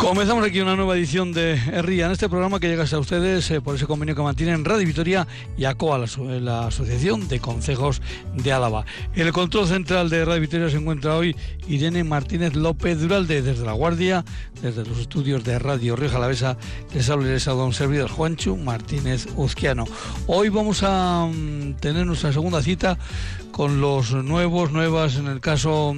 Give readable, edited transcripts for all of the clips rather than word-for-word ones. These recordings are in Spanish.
Comenzamos aquí una nueva edición de Herria, en este programa que llega a ustedes por ese convenio que mantienen Radio Vitoria y ACOA, la Asociación de Concejos de Álava. En el control central de Radio Vitoria se encuentra hoy Irene Martínez López Duralde. Desde La Guardia, desde los estudios de Radio Rioja Alavesa, les habla y les saluda un servidor, Juancho Martínez Uzquiano. Hoy vamos a tener nuestra segunda cita con los nuevas en el caso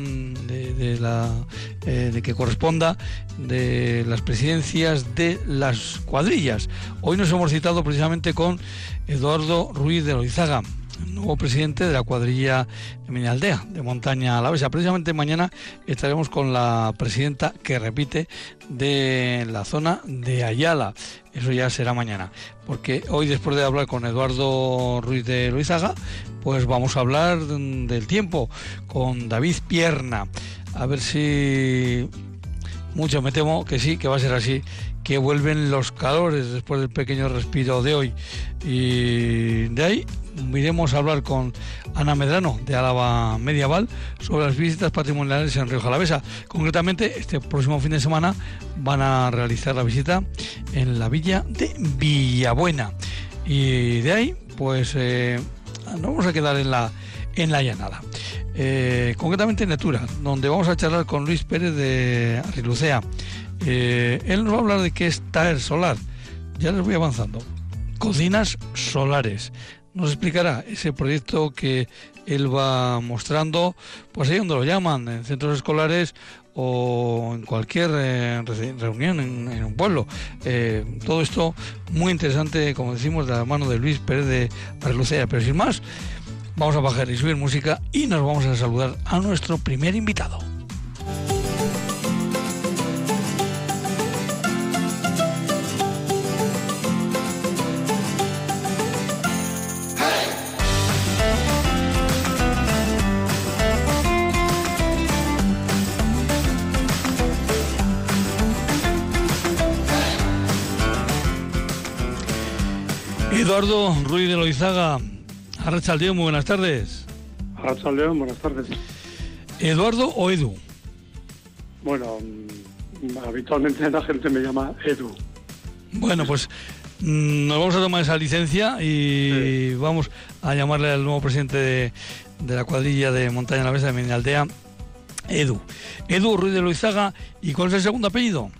de que corresponda de las presidencias de las cuadrillas. Hoy nos hemos citado precisamente con Eduardo Ruiz de Loizaga, el nuevo presidente de la cuadrilla de Meñaldea, de Montaña Alavesa. Precisamente mañana estaremos con la presidenta que repite de la zona de Ayala. Eso ya será mañana, porque hoy, después de hablar con Eduardo Ruiz de Loizaga, pues vamos a hablar del tiempo con David Pierna. A ver si... Mucho me temo que sí, que va a ser así, que vuelven los calores después del pequeño respiro de hoy. Y de ahí iremos a hablar con Ana Medrano, de Álava Medieval, sobre las visitas patrimoniales en Rioja Alavesa. Concretamente, este próximo fin de semana van a realizar la visita en la villa de Villabuena. Y de ahí, pues, nos vamos a quedar en la llanada. Concretamente en Netura, donde vamos a charlar con Luis Pérez de Arrilucea. Él nos va a hablar de qué es Taer Solar. Ya les voy avanzando. Cocinas solares. Nos explicará ese proyecto que él va mostrando, pues ahí donde lo llaman, en centros escolares o en cualquier reunión en un pueblo. Todo esto muy interesante, como decimos, de la mano de Luis Pérez de Arrilucea. Pero sin más, vamos a bajar y subir música y nos vamos a saludar a nuestro primer invitado. Eduardo Ruiz de Loizaga, Arratsaldeon, muy buenas tardes. Arratsaldeon, buenas tardes. ¿Eduardo o Edu? Bueno, habitualmente la gente me llama Edu. Bueno, pues nos vamos a tomar esa licencia y vamos a llamarle al nuevo presidente de la cuadrilla de Montaña Alavesa de Meñaldea, Edu. Edu Ruiz de Loizaga. ¿Y cuál es el segundo apellido?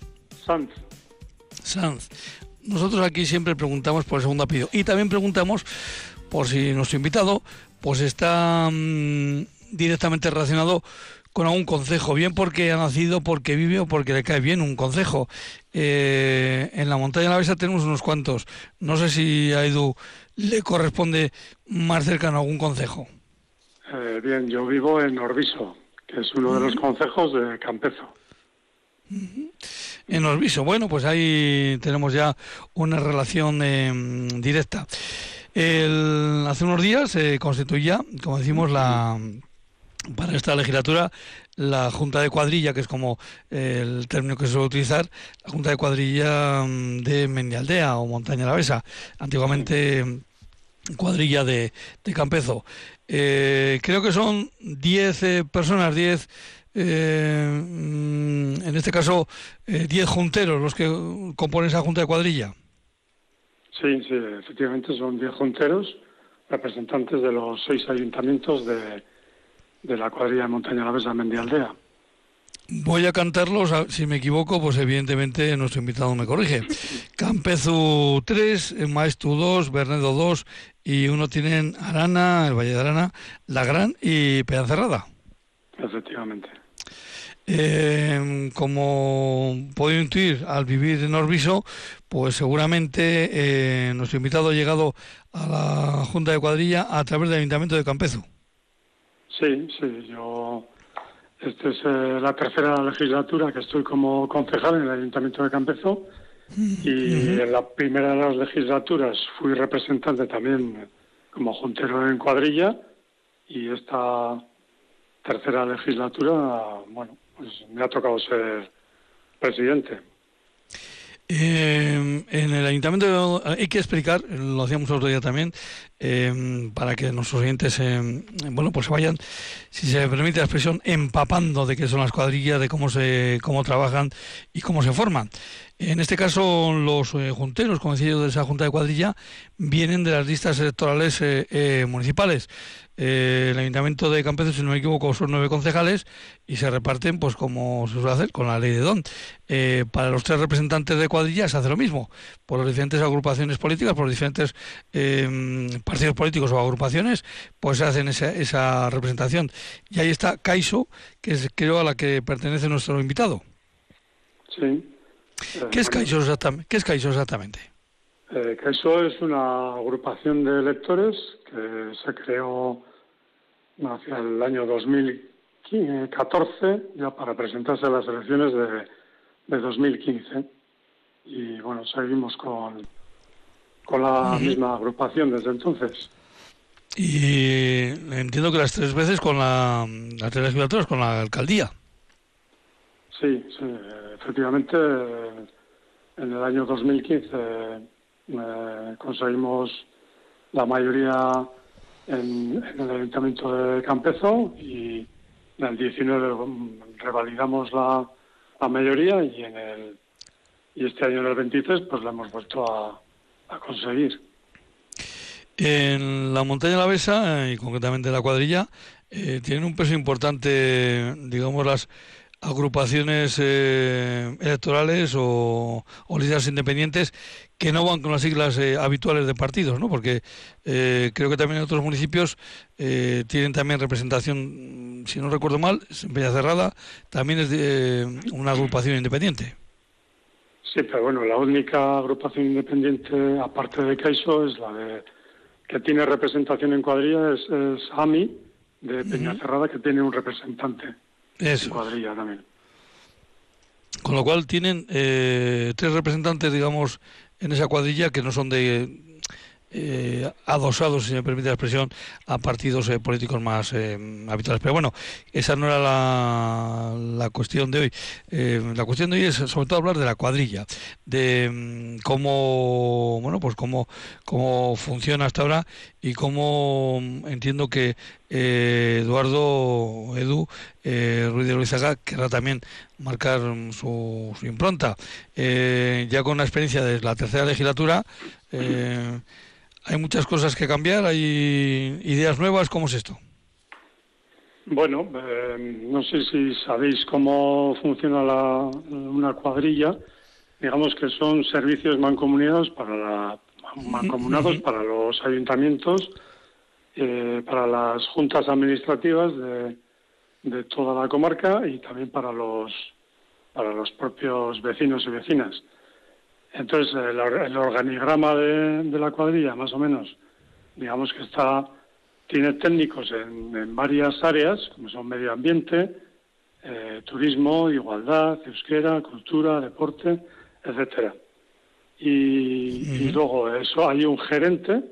Sanz. Nosotros aquí siempre preguntamos por el segundo apellido y también preguntamos por si nuestro invitado pues está directamente relacionado con algún concejo, bien porque ha nacido, porque vive o porque le cae bien un concejo. En la Montaña Alavesa tenemos unos cuantos. No sé si a Edu le corresponde más cercano a algún concejo. Bien, yo vivo en Orbiso, que es uno de los concejos de Campezo. En Orbiso, bueno, pues ahí tenemos ya una relación directa. Hace unos días se constituía, como decimos, para esta legislatura, la Junta de Cuadrilla, que es como el término que se suele utilizar, la Junta de Cuadrilla de Meñaldea o Montaña Alavesa, antiguamente cuadrilla de Campezo. Creo que son 10 personas, 10... en este caso 10 junteros los que componen esa junta de cuadrilla. Sí, efectivamente son 10 junteros, representantes de los 6 ayuntamientos de la cuadrilla de Montaña Alavesa Meñaldea. Voy a cantarlos, si me equivoco, pues evidentemente nuestro invitado me corrige. Campezu 3, Maestu 2, Bernedo 2 y uno tienen Arana, el Valle de Arana, La Gran y Peñacerrada. Efectivamente. Como puedo intuir, al vivir en Orbiso, pues seguramente nuestro invitado ha llegado a la Junta de Cuadrilla a través del Ayuntamiento de Campezo. Sí, esta es la tercera legislatura que estoy como concejal en el Ayuntamiento de Campezo y en la primera de las legislaturas fui representante también como juntero en cuadrilla y esta tercera legislatura, bueno, pues me ha tocado ser presidente. En el ayuntamiento hay que explicar, lo hacíamos otro día también, para que nuestros oyentes, bueno, pues se vayan, si se permite la expresión, empapando de qué son las cuadrillas, de cómo trabajan y cómo se forman. En este caso, los junteros, como decía yo, de esa junta de cuadrilla, vienen de las listas electorales municipales. El Ayuntamiento de Campezo, si no me equivoco, son 9 concejales y se reparten, pues como se suele hacer, con la ley de Don. Para los 3 representantes de cuadrilla se hace lo mismo, por las diferentes agrupaciones políticas, por los diferentes partidos políticos o agrupaciones, pues se hacen esa representación. Y ahí está Caiso, que es, creo, a la que pertenece nuestro invitado. Sí. ¿Qué es Caiso exactamente? Caiso es una agrupación de electores que se creó hacia el año 2014 ya para presentarse a las elecciones de 2015. Y bueno, seguimos con la misma agrupación desde entonces. Y entiendo que las 3 veces con las 3 legislaturas con la alcaldía. Sí, efectivamente, en el año 2015 conseguimos la mayoría en el Ayuntamiento de Campezo y en el 19 revalidamos la mayoría y este año en el 23 pues la hemos vuelto a conseguir. En la montaña alavesa y concretamente en la cuadrilla tienen un peso importante, digamos, las agrupaciones electorales o listas independientes que no van con las siglas habituales de partidos, ¿no? Porque creo que también en otros municipios tienen también representación, si no recuerdo mal, en Peñacerrada también es una agrupación independiente. Sí, pero bueno, la única agrupación independiente, aparte de Caiso, es la que tiene representación en cuadrilla, es AMI, de Peñacerrada, que tiene un representante. Eso. En cuadrilla también. Con lo cual tienen 3 representantes, digamos, en esa cuadrilla que no son adosados, si me permite la expresión, a partidos políticos más habituales. Pero bueno, esa no era la cuestión de hoy. La cuestión de hoy es sobre todo hablar de la cuadrilla, de cómo, bueno, pues cómo funciona hasta ahora y cómo entiendo que Edu Ruiz de Loizaga querrá también marcar su impronta. Ya con la experiencia de la tercera legislatura, hay muchas cosas que cambiar, hay ideas nuevas. ¿Cómo es esto? Bueno, no sé si sabéis cómo funciona una cuadrilla. Digamos que son servicios mancomunados para los ayuntamientos, para las juntas administrativas de toda la comarca y también para los propios vecinos y vecinas. Entonces, el organigrama de la cuadrilla, más o menos, digamos que tiene técnicos en varias áreas, como son medio ambiente, turismo, igualdad, euskera, cultura, deporte, etcétera. Y luego eso hay un gerente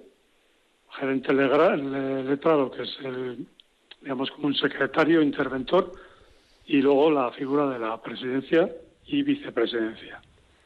letrado, que es digamos como un secretario interventor, y luego la figura de la presidencia y vicepresidencia.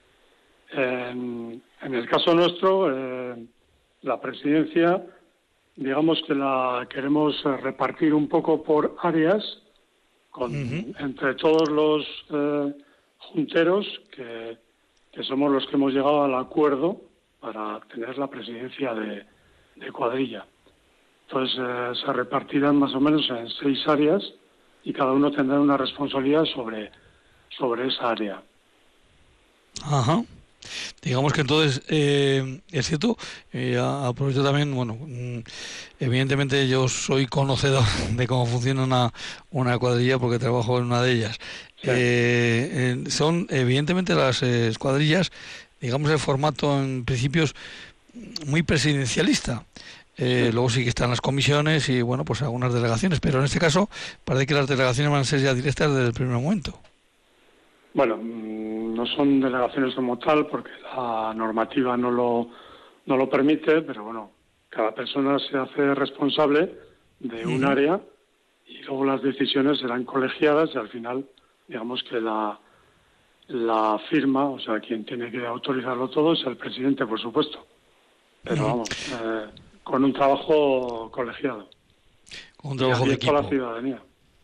En el caso nuestro, la presidencia, digamos que la queremos repartir un poco por áreas, entre todos los junteros que somos los que hemos llegado al acuerdo para tener la presidencia de cuadrilla. Entonces se repartirán más o menos en 6 áreas y cada uno tendrá una responsabilidad sobre esa área. Ajá. Digamos que entonces es cierto, aprovecho también, bueno, evidentemente yo soy conocedor de cómo funciona una cuadrilla porque trabajo en una de ellas. Sí. Son evidentemente las cuadrillas, digamos, el formato en principios muy presidencialista. Luego sí que están las comisiones y bueno, pues algunas delegaciones, pero en este caso parece que las delegaciones van a ser ya directas desde el primer momento. Bueno, no son delegaciones como tal porque la normativa no lo permite, pero bueno, cada persona se hace responsable de un área y luego las decisiones serán colegiadas y al final, digamos que la firma, o sea, quien tiene que autorizarlo todo es el presidente, por supuesto. Pero vamos, con un trabajo colegiado. Con un trabajo de equipo. A la ciudadanía.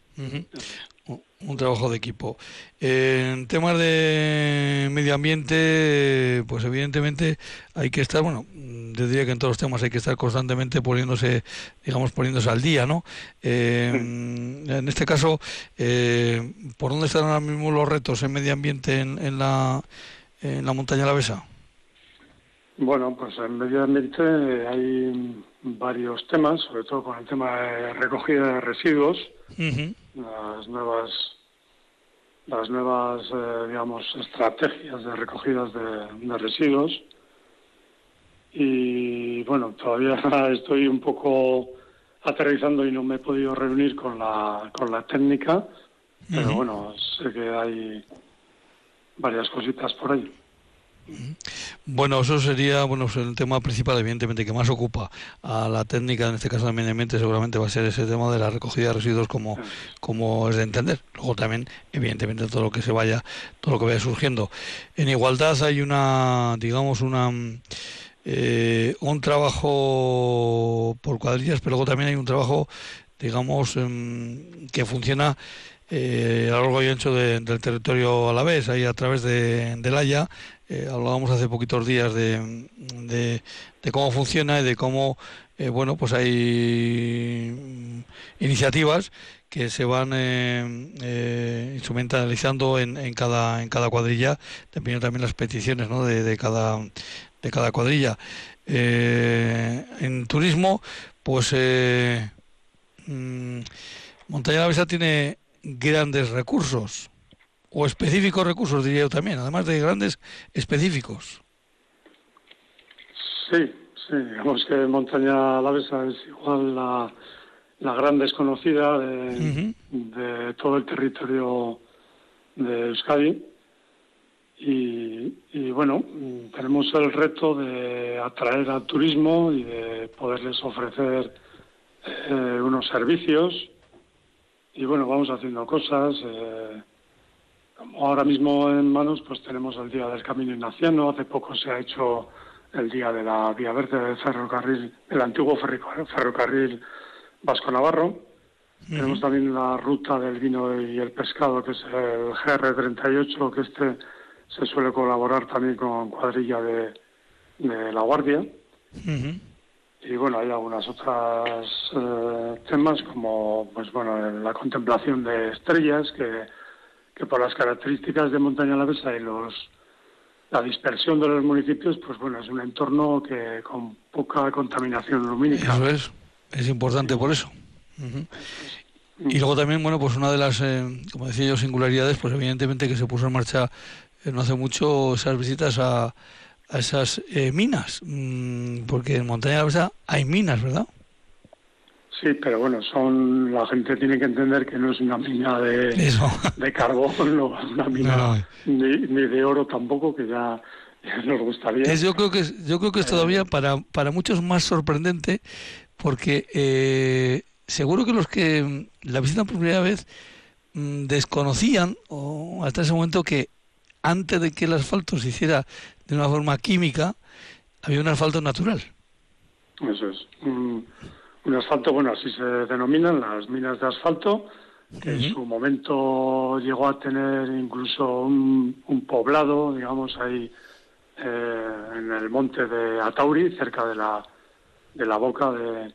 Un trabajo de equipo. En temas de medio ambiente, pues evidentemente hay que estar, bueno, yo diría que en todos los temas hay que estar constantemente poniéndose al día, ¿no? En este caso, ¿por dónde están ahora mismo los retos en medio ambiente en la montaña alavesa? Bueno, pues en medio ambiente hay varios temas, sobre todo con el tema de recogida de residuos. Las nuevas digamos, estrategias de recogidas de residuos. Y bueno, todavía estoy un poco aterrizando y no me he podido reunir con la técnica, pero bueno, sé que hay varias cositas por ahí. Bueno, eso sería el tema principal, evidentemente, que más ocupa a la técnica, en este caso de medio ambiente, seguramente va a ser ese tema de la recogida de residuos como es de entender. Luego también, evidentemente, todo lo que vaya surgiendo. En igualdad hay un trabajo por cuadrillas, pero luego también hay un trabajo, digamos, que funciona a lo largo y ancho del territorio alavés, ahí a través del Haya. Hablábamos hace poquitos días de cómo funciona y de cómo pues hay iniciativas que se van instrumentalizando en cada cuadrilla, dependiendo también las peticiones, ¿no? de cada cuadrilla. En turismo, pues Montaña Alavesa tiene grandes recursos, o específicos recursos, diría yo también, además de grandes específicos. Sí, digamos que Montaña Alavesa es igual la gran desconocida de todo el territorio de Euskadi. Y bueno, tenemos el reto de atraer al turismo y de poderles ofrecer unos servicios. Y bueno, vamos haciendo cosas. Ahora mismo en manos pues tenemos el Día del Camino Ignaciano. Hace poco se ha hecho el Día de la Vía Verde del ferrocarril, el antiguo ferrocarril Vasco-Navarro. Tenemos también la ruta del vino y el pescado, que es el GR38, que se suele colaborar también con cuadrilla de La Guardia. Y bueno, hay algunas otras temas como la contemplación de estrellas, que por las características de Montaña Alavesa y la dispersión de los municipios, pues bueno, es un entorno que con poca contaminación lumínica. Eso es importante por eso. Y luego también, pues una de las, como decía yo, singularidades, pues evidentemente que se puso en marcha no hace mucho esas visitas a esas minas, porque en Montaña Alavesa hay minas, ¿verdad? Sí, pero bueno, la gente tiene que entender que no es una mina de carbón, no una mina ni de oro tampoco, que ya nos gustaría. Yo creo que es todavía para muchos más sorprendente, porque seguro que los que la visitan por primera vez desconocían, o hasta ese momento, que antes de que el asfalto se hiciera de una forma química, había un asfalto natural. Eso es. Un asfalto, así se denominan las minas de asfalto, que en su momento llegó a tener incluso un poblado, digamos, ahí en el monte de Atauri, cerca de la boca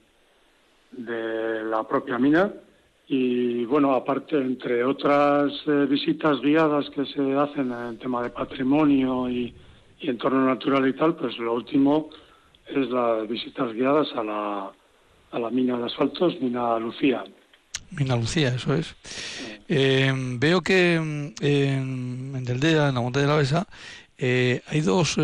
de la propia mina. Y aparte, entre otras visitas guiadas que se hacen en el tema de patrimonio y entorno natural y tal, pues lo último es las visitas guiadas a la mina de asfaltos, Mina Lucía. Mina Lucía, eso es. Veo que en Deldea, en la Montaña Alavesa, hay dos,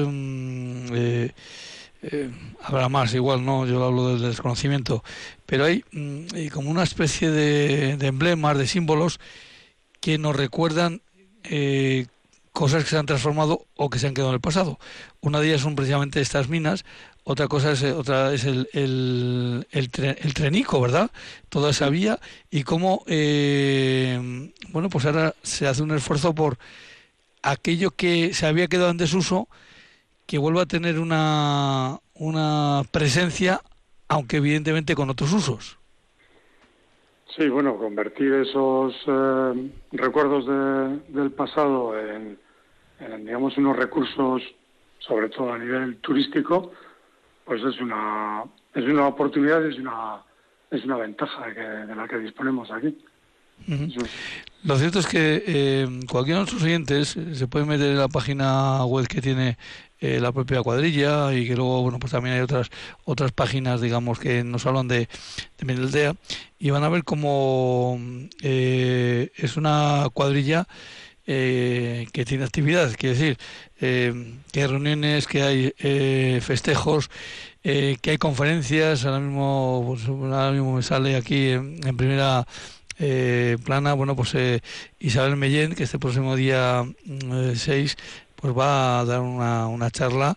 habrá más igual, no, yo hablo del desconocimiento, pero hay como una especie de emblemas, de símbolos que nos recuerdan cosas que se han transformado o que se han quedado en el pasado. Una de ellas son precisamente estas minas. Otra es el trenico, ¿verdad? Toda esa vía, y cómo pues ahora se hace un esfuerzo por aquello que se había quedado en desuso, que vuelva a tener una presencia, aunque evidentemente con otros usos. Sí, bueno, convertir esos recuerdos del pasado en, digamos, unos recursos, sobre todo a nivel turístico, pues es una oportunidad, es una ventaja de la que disponemos aquí. Uh-huh. Eso. Lo cierto es que cualquiera de nuestros oyentes se puede meter en la página web que tiene la propia cuadrilla, y que luego, bueno, pues también hay otras páginas, digamos, que nos hablan de Menaldea, y van a ver cómo es una cuadrilla que tiene actividades, quiere decir, que hay reuniones, que hay festejos, que hay conferencias. Ahora mismo me sale aquí en primera plana, bueno, pues Isabel Mellén, que este próximo día 6 pues va a dar una charla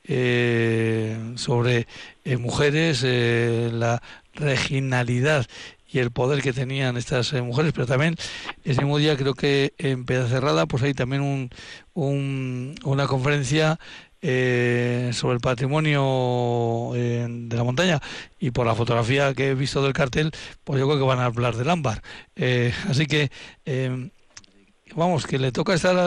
sobre mujeres, la regionalidad y el poder que tenían estas mujeres, pero también ese mismo día, creo que en Pedacerrada, pues hay también una conferencia sobre el patrimonio de la montaña, y por la fotografía que he visto del cartel, pues yo creo que van a hablar del ámbar. Así que, vamos, que le toca estar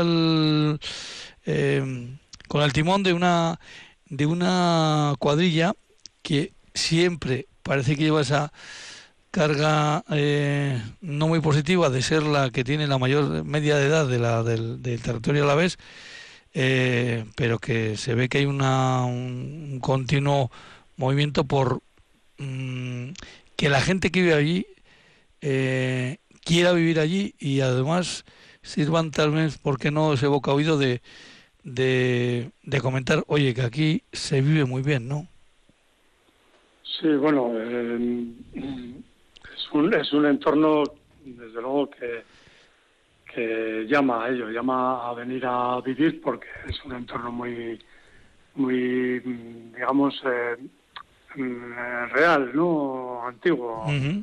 con el timón de una cuadrilla que siempre parece que lleva esa carga no muy positiva de ser la que tiene la mayor media de edad del territorio alavés, pero que se ve que hay un continuo movimiento por que la gente que vive allí quiera vivir allí, y además sirvan tal vez, ¿por qué no?, ese boca oído de comentar, oye, que aquí se vive muy bien, ¿no? Sí, bueno, es un entorno, desde luego, que llama a ello, llama a venir a vivir, porque es un entorno muy, muy, digamos, real, ¿no? Antiguo, Uh-huh.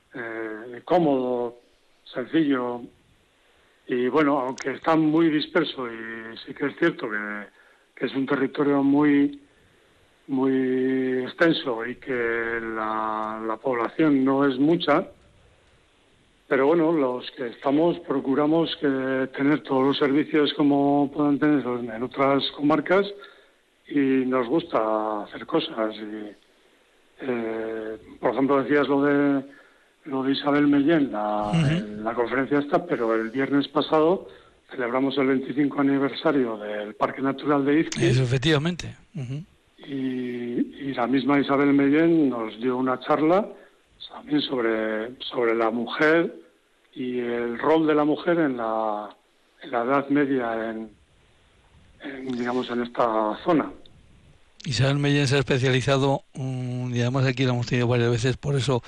cómodo, sencillo. Y bueno, aunque está muy disperso, y sí que es cierto que es un territorio muy muy extenso y que la población no es mucha, pero bueno, los que estamos procuramos tener todos los servicios como puedan tener en otras comarcas, y nos gusta hacer cosas. Y, por ejemplo, decías lo de Isabel Mellén, Uh-huh. la conferencia está, pero el viernes pasado celebramos el 25 aniversario del Parque Natural de Eso, Izqui. efectivamente. Uh-huh. Y la misma Isabel Mellén nos dio una charla también sobre la mujer y el rol de la mujer en la Edad Media, digamos, en esta zona. Isabel Mellén se ha especializado, y además aquí la hemos tenido varias veces, por eso,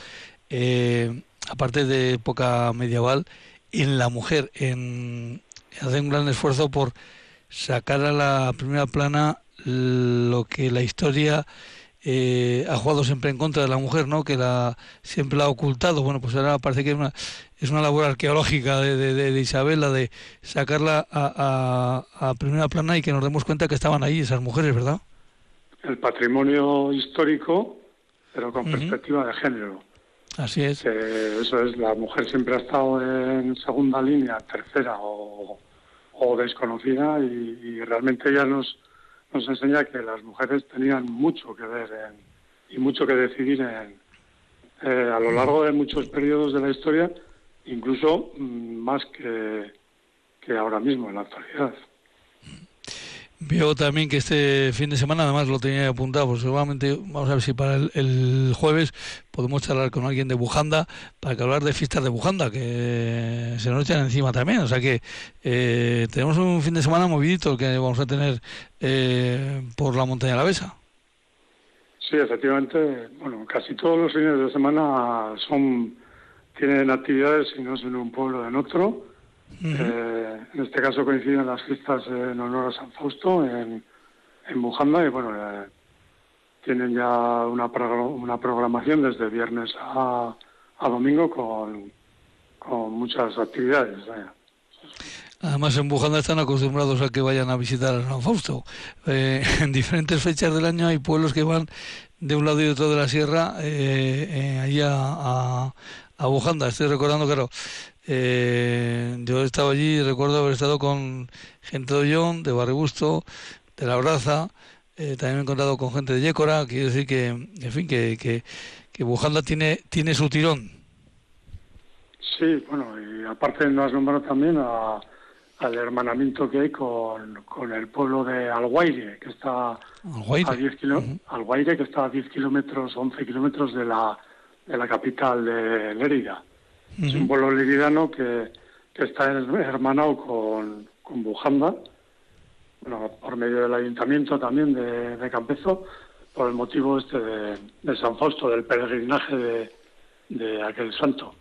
aparte de época medieval, en la mujer, hace un gran esfuerzo por sacar a la primera plana lo que la historia ha jugado siempre en contra de la mujer, ¿no? Que siempre la ha ocultado. Bueno, pues ahora parece que es una labor arqueológica de Isabel, la de sacarla a primera plana, y que nos demos cuenta que estaban ahí esas mujeres, ¿verdad? El patrimonio histórico, pero con Uh-huh. perspectiva de género. Así es. Que eso es, la mujer siempre ha estado en segunda línea, tercera o desconocida, y realmente ella nos enseña que las mujeres tenían mucho que ver y mucho que decidir a lo largo de muchos periodos de la historia, incluso más que ahora mismo, en la actualidad. Veo también que este fin de semana, además lo tenía apuntado, pues seguramente vamos a ver si para el jueves podemos charlar con alguien de Bujanda para que hablar de fiestas de Bujanda, que se nos echan encima también. O sea que tenemos un fin de semana movidito que vamos a tener por la montaña alavesa. Sí, efectivamente, bueno, casi todos los fines de semana tienen actividades, si no es en un pueblo, en otro. Uh-huh. En este caso coinciden las fiestas en honor a San Fausto en Bujanda, y bueno, tienen ya una programación desde viernes a domingo con muchas actividades. Vaya. Además, en Bujanda están acostumbrados a que vayan a visitar a San Fausto. En diferentes fechas del año hay pueblos que van de un lado y otro de la sierra allí a Bujanda. Estoy recordando, claro, yo he estado allí y recuerdo haber estado con gente de Ollón, de Barrebusto, de La Braza, también me he encontrado con gente de Yécora. Quiero decir que, en fin, que Bujanda tiene su tirón. Sí, bueno, y aparte no has nombrado también al hermanamiento que hay con el pueblo de Alguaire, que está a 10 Alguaire, que está a 10 kilómetros, 11 kilómetros de la capital de Lérida. Es un pueblo leridano que está hermanado con Bujanda, bueno, por medio del ayuntamiento también de Campezo, por el motivo de San Fausto, del peregrinaje de aquel santo.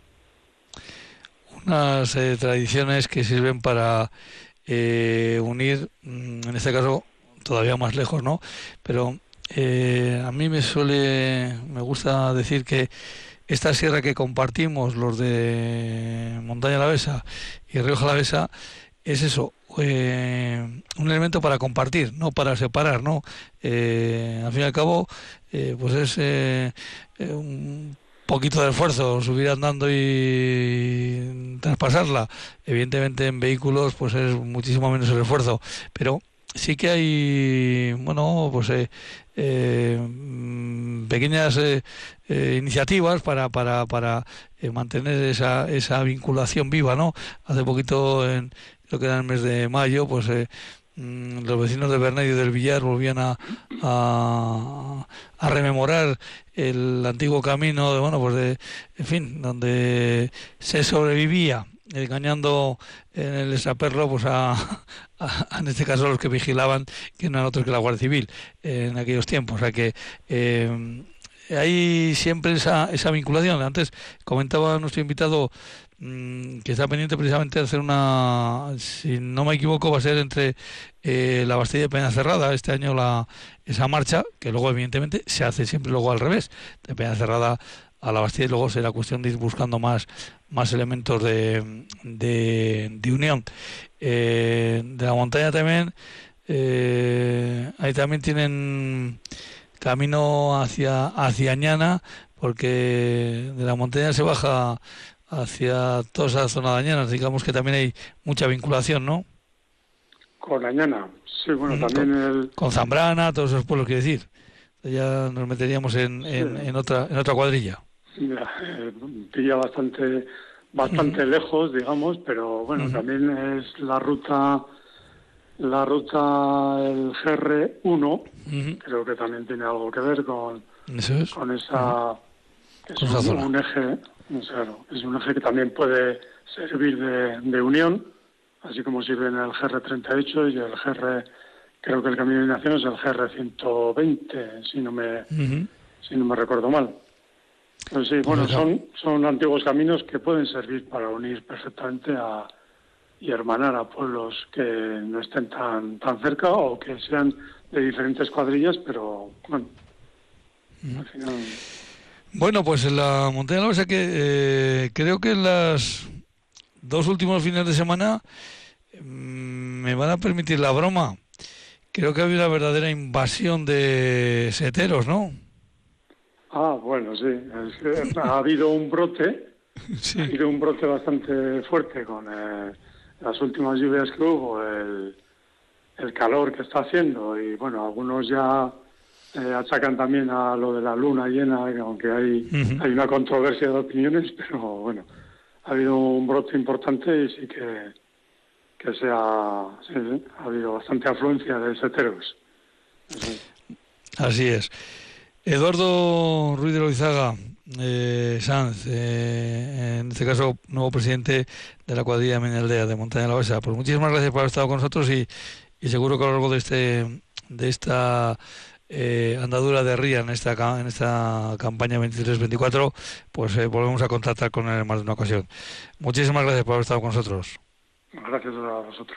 Unas tradiciones que sirven para unir, en este caso todavía más lejos, ¿no? Pero a mí me gusta decir que esta sierra que compartimos, los de Montaña Alavesa y Rioja Alavesa, es eso, un elemento para compartir, no para separar, ¿no? Al fin y al cabo, pues es un poquito de esfuerzo subir andando y traspasarla. Evidentemente en vehículos pues es muchísimo menos el esfuerzo, pero sí que hay, bueno, pues pequeñas iniciativas para mantener esa vinculación viva, ¿no? Hace poquito, en lo que era el mes de mayo, pues los vecinos de Bernay y del Villar volvían a rememorar el antiguo camino de, bueno, pues en fin, donde se sobrevivía engañando en el extraperlo pues en este caso a los que vigilaban, que no eran otros que la Guardia Civil en aquellos tiempos. O sea que hay siempre esa vinculación. Antes comentaba nuestro invitado que está pendiente precisamente de hacer si no me equivoco, va a ser entre la Bastilla y Peñacerrada este año esa marcha, que luego evidentemente se hace siempre luego al revés, de Peñacerrada a la Bastilla, y luego será cuestión de ir buscando más elementos de unión. De la montaña también, ahí también tienen camino hacia Añana, porque de la montaña se baja hacia toda esa zona de Añana. Digamos que también hay mucha vinculación, ¿no? Con Añana, sí, bueno, también con Zambrana, todos esos pueblos, quiero decir. Ya nos meteríamos en otra cuadrilla. Ya, pilla bastante lejos, digamos, pero bueno, también es la ruta el GR1, creo que también tiene algo que ver con esa, es un eje, claro, es un eje que también puede servir de unión, así como sirve en el GR38 y el creo que el camino de nación es el GR120, si no me recuerdo mal. Pues sí, bueno, son antiguos caminos que pueden servir para unir perfectamente y hermanar a pueblos que no estén tan cerca o que sean de diferentes cuadrillas, pero bueno, al final... Bueno, pues en la Montaña Alavesa, que creo que en los 2 últimos fines de semana me van a permitir la broma. Creo que ha habido una verdadera invasión de seteros, ¿no? Bueno, sí. Ha habido un brote, sí. Ha habido un brote bastante fuerte con las últimas lluvias que hubo, el calor que está haciendo, y bueno, algunos ya achacan también a lo de la luna llena, aunque hay una controversia de opiniones, pero bueno, ha habido un brote importante y sí que ha habido bastante afluencia de seteros. Así es. Eduardo Ruiz de Loizaga Sanz, en este caso nuevo presidente de la cuadrilla de Meñaldea de Montaña Alavesa, pues muchísimas gracias por haber estado con nosotros y seguro que a lo largo de esta andadura de ría en esta campaña 23-24 pues volvemos a contactar con él en más de una ocasión. Muchísimas gracias por haber estado con nosotros. Gracias a vosotros.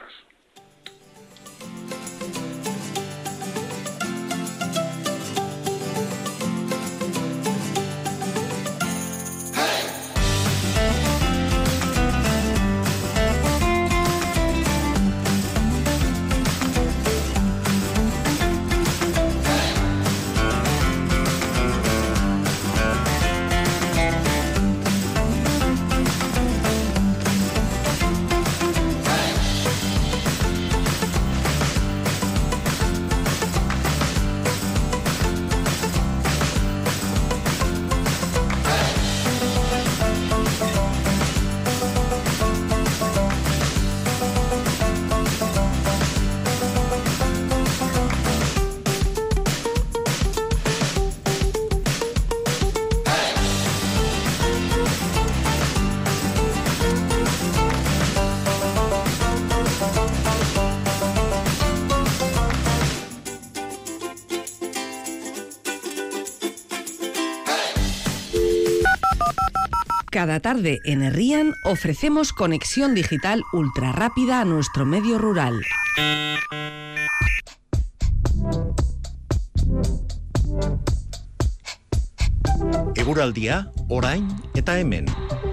Cada tarde en Herrian ofrecemos conexión digital ultra rápida a nuestro medio rural. Eguraldia, orain eta hemen.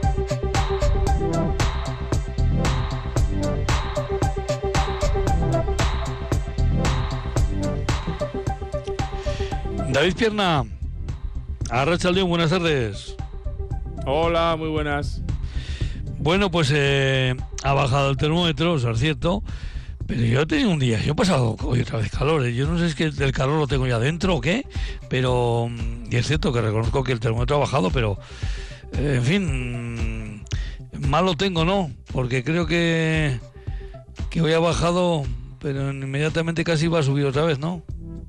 David Pierna, arratsaldeon, buenas tardes. Hola, muy buenas. Bueno, pues ha bajado el termómetro, eso es cierto, pero yo he tenido un día, yo he pasado hoy otra vez calor, yo no sé si es que el calor lo tengo ya dentro o qué, pero y es cierto que reconozco que el termómetro ha bajado, pero en fin, mal lo tengo, ¿no? Porque creo que hoy ha bajado, pero inmediatamente casi va a subir otra vez, ¿no?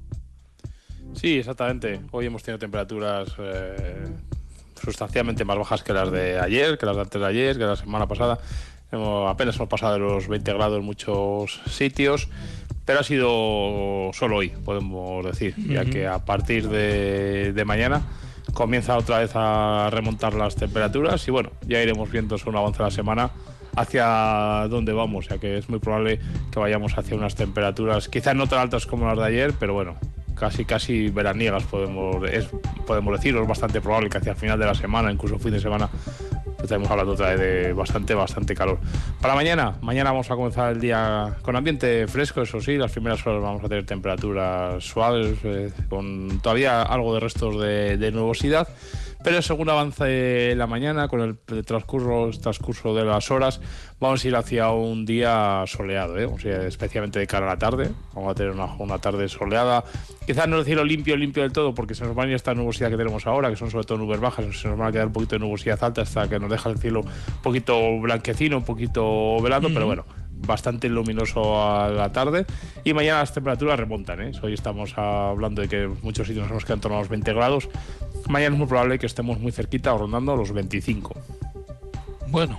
Sí, exactamente. Hoy hemos tenido temperaturas sustancialmente más bajas que las de ayer, que las de antes de ayer, que la semana pasada. Apenas hemos pasado de los 20 grados en muchos sitios, pero ha sido solo hoy, podemos decir, ya que a partir de mañana comienza otra vez a remontar las temperaturas y bueno, ya iremos viendo según avance la semana hacia dónde vamos, ya que es muy probable que vayamos hacia unas temperaturas quizás no tan altas como las de ayer, pero bueno, casi veraniegas podemos decir, es bastante probable que hacia el final de la semana, incluso fin de semana, estaremos hablando otra vez de bastante calor. Para mañana vamos a comenzar el día con ambiente fresco, eso sí, las primeras horas vamos a tener temperaturas suaves, con todavía algo de restos de nubosidad, pero según avance la mañana, con el transcurso de las horas, vamos a ir hacia un día soleado, o sea, especialmente de cara a la tarde. Vamos a tener una tarde soleada, quizás no el cielo limpio del todo, porque se nos va a ir esta nubosidad que tenemos ahora, que son sobre todo nubes bajas, se nos van a quedar un poquito de nubosidad alta hasta que nos deja el cielo un poquito blanquecino, un poquito velado, pero bueno, bastante luminoso a la tarde, y mañana las temperaturas remontan, Hoy estamos hablando de que en muchos sitios nos hemos quedado en torno a los 20 grados. Mañana es muy probable que estemos muy cerquita o rondando los 25. Bueno,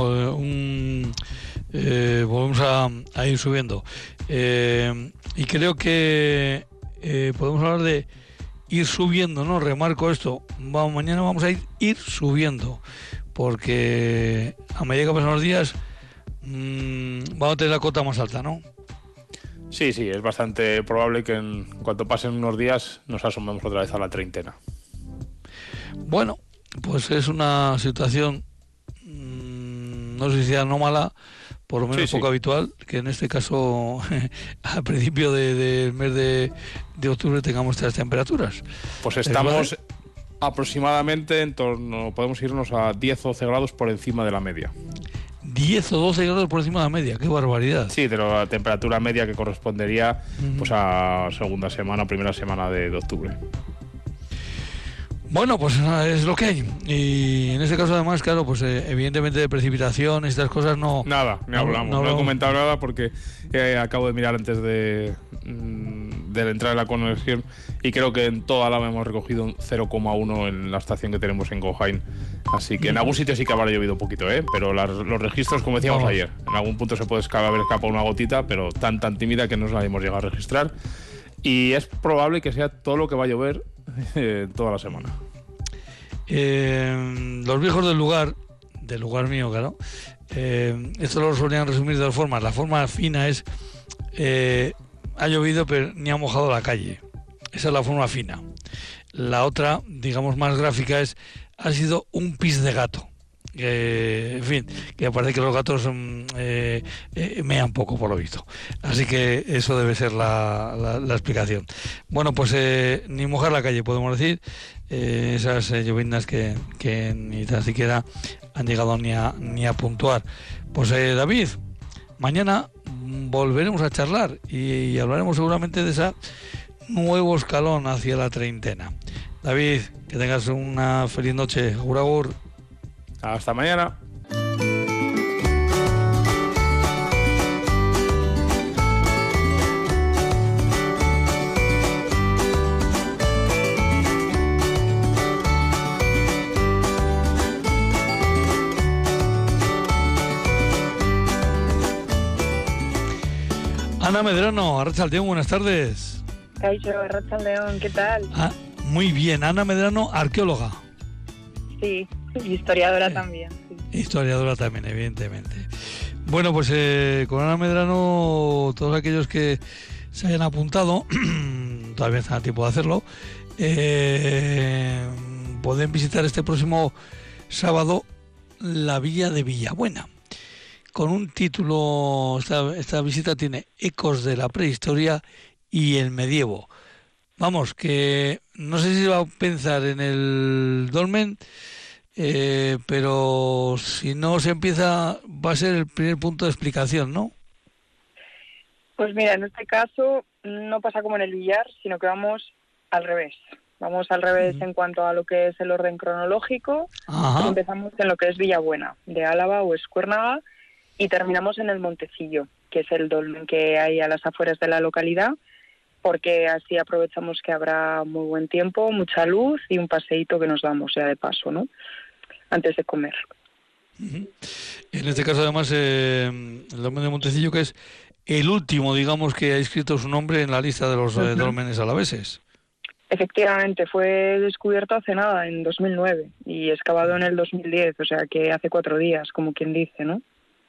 volvemos a ir subiendo, y creo que podemos hablar de ir subiendo, ¿no? Remarco esto, mañana vamos a ir subiendo, porque a medida que pasan los días vamos a tener la cota más alta, ¿no? Sí, es bastante probable que en cuanto pasen unos días nos asomemos otra vez a la treintena. Bueno, pues es una situación, no sé si anómala, por lo menos poco habitual, que en este caso al principio del mes de octubre tengamos estas temperaturas. Pues estamos aproximadamente en torno, podemos irnos a 10 o 12 grados por encima de la media. 10 o 12 grados por encima de la media, qué barbaridad. Sí, de la temperatura media que correspondería pues a segunda semana, primera semana de octubre. Bueno, pues es lo que hay. Y en este caso además, claro, pues evidentemente de precipitación, estas cosas no... Nada, no he comentado nada porque acabo de mirar antes de entrar en la conexión y creo que en toda Álava hemos recogido un 0,1 en la estación que tenemos en Gojain. Así que en algún sitio sí que habrá llovido un poquito, pero los registros, como decíamos ayer, en algún punto se puede haber escapado una gotita, pero tan tímida que no la hemos llegado a registrar. Y es probable que sea todo lo que va a llover toda la semana. Los viejos del lugar mío, claro, esto lo solían resumir de dos formas. La forma fina es ha llovido pero ni ha mojado la calle. Esa es la forma fina. La otra, digamos más gráfica, es ha sido un pis de gato. En fin, que parece que los gatos mean poco por lo visto, así que eso debe ser la explicación. Bueno, pues ni mojar la calle podemos decir, esas llovinas que ni tan siquiera han llegado ni a puntuar. Pues David, mañana volveremos a charlar y hablaremos seguramente de ese nuevo escalón hacia la treintena. David, que tengas una feliz noche. Agur, agur. Hasta mañana. Ana Medrano, arratsaldeon, buenas tardes. Kaixo, arratsaldeon, ¿qué tal? Muy bien, Ana Medrano, arqueóloga. Sí, Historiadora también. Sí. Historiadora también, evidentemente. Bueno, pues con Ana Medrano, todos aquellos que se hayan apuntado, todavía están a tiempo de hacerlo, pueden visitar este próximo sábado la villa de Villabuena. Con un título, esta visita tiene Ecos de la prehistoria y el medievo. Vamos, que no sé si va a pensar en el dolmen, pero si no se empieza, va a ser el primer punto de explicación, ¿no? Pues mira, en este caso no pasa como en el billar, sino que vamos al revés. Vamos al revés en cuanto a lo que es el orden cronológico. Pues empezamos en lo que es Villabuena, de Álava o Escuérnaga, y terminamos en el Montecillo, que es el dolmen que hay a las afueras de la localidad, porque así aprovechamos que habrá muy buen tiempo, mucha luz y un paseíto que nos damos ya de paso, ¿no? Antes de comer. En este caso, además, el dolmen de Montecillo, que es el último, digamos, que ha inscrito su nombre en la lista de los dólmenes alaveses. Efectivamente, fue descubierto hace nada, en 2009, y excavado en el 2010, o sea que hace 4 días, como quien dice, ¿no?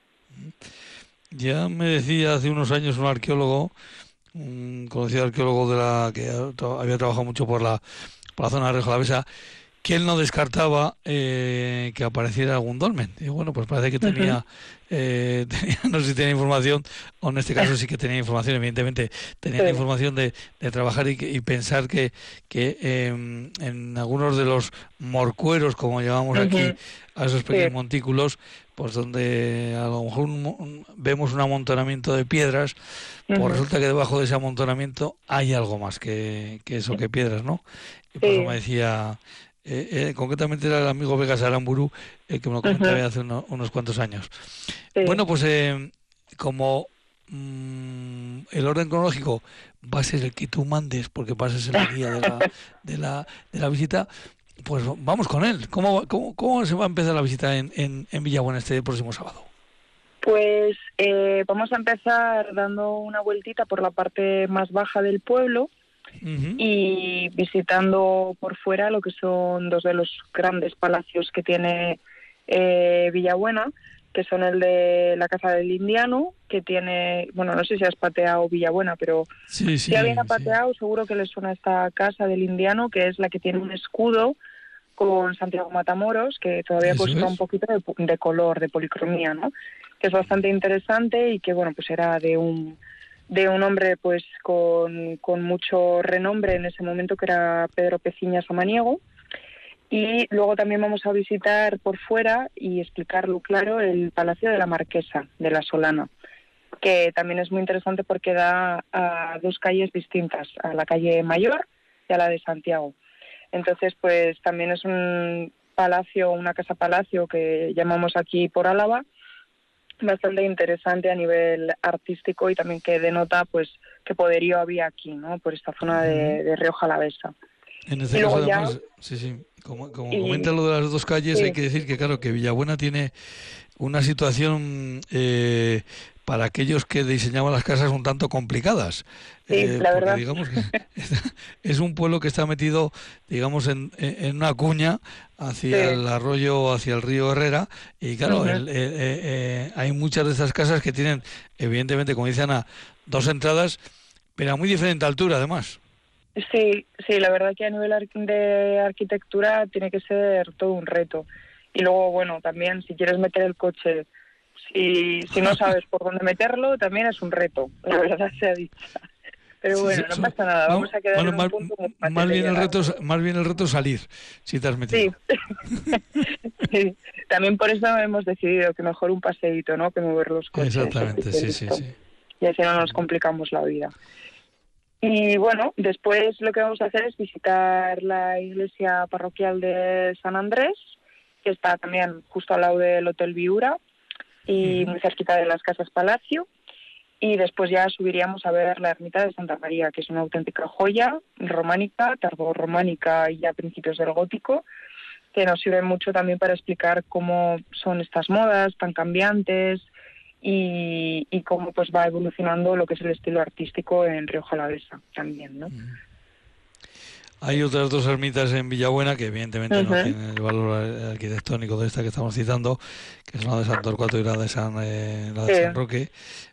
Ya me decía hace unos años un arqueólogo, un conocido arqueólogo que había trabajado mucho por la zona de Rioja Alavesa, que él no descartaba que apareciera algún dolmen. Y bueno, pues parece que tenía, no sé si tenía información, o en este caso sí que tenía información, evidentemente, tenía la información de trabajar y pensar que en algunos de los morcueros, como llamamos aquí, a esos pequeños montículos, pues donde a lo mejor vemos un amontonamiento de piedras, pues resulta que debajo de ese amontonamiento hay algo más que eso, que piedras, ¿no? Y por eso me decía... concretamente era el amigo Vegas Aramburu que me lo comentaba hace unos cuantos años. Bueno, pues como el orden cronológico va a ser el que tú mandes, porque pases el día de la visita, pues vamos con él. ¿Cómo se va a empezar la visita en Villabuena este próximo sábado? Pues vamos a empezar dando una vueltita por la parte más baja del pueblo, y visitando por fuera lo que son 2 de los grandes palacios que tiene Villabuena, que son el de la Casa del Indiano, que tiene, bueno, no sé si has pateado Villabuena, pero si alguien ha pateado, seguro que le suena esta Casa del Indiano, que es la que tiene un escudo con Santiago Matamoros, que todavía conserva un poquito de color, de policromía, ¿no? Que es bastante interesante y que, bueno, pues era de un hombre pues con mucho renombre en ese momento, que era Pedro Peciña Samaniego. Y luego también vamos a visitar por fuera y explicarlo claro el Palacio de la Marquesa de la Solana, que también es muy interesante porque da a 2 calles distintas, a la calle Mayor y a la de Santiago. Entonces, pues también es un palacio, una casa palacio que llamamos aquí por Álava, bastante interesante a nivel artístico y también que denota pues qué poderío había aquí, ¿no? Por esta zona de Rioja Alavesa. En este caso, además, como comenta lo de las 2 calles, hay que decir que claro, que Villabuena tiene una situación para aquellos que diseñaban las casas un tanto complicadas. La verdad. Digamos que es un pueblo que está metido, digamos, en una cuña hacia el arroyo, hacia el río Herrera, y claro, hay muchas de estas casas que tienen, evidentemente, como dice Ana, 2 entradas, pero a muy diferente altura, además. Sí, la verdad que a nivel de arquitectura tiene que ser todo un reto. Y luego, bueno, también si quieres meter el coche, si no sabes por dónde meterlo, también es un reto, la verdad sea dicha. Pero bueno, no pasa nada, vamos a quedar en un punto más bien el reto es salir, si te has metido. Sí. También por eso hemos decidido que mejor un paseíto, ¿no?, que mover los coches. Exactamente, sí. Y así no nos complicamos la vida. Y bueno, después lo que vamos a hacer es visitar la iglesia parroquial de San Andrés, que está también justo al lado del Hotel Viura y muy cerquita de las Casas Palacio. Y después ya subiríamos a ver la ermita de Santa María, que es una auténtica joya románica, tardorrománica y ya principios del gótico, que nos sirve mucho también para explicar cómo son estas modas tan cambiantes y cómo pues va evolucionando lo que es el estilo artístico en Rioja Alavesa también, ¿no? Hay otras dos ermitas en Villabuena que evidentemente no tienen el valor arquitectónico de esta que estamos citando, que es la de San Torcuato y la de San Roque,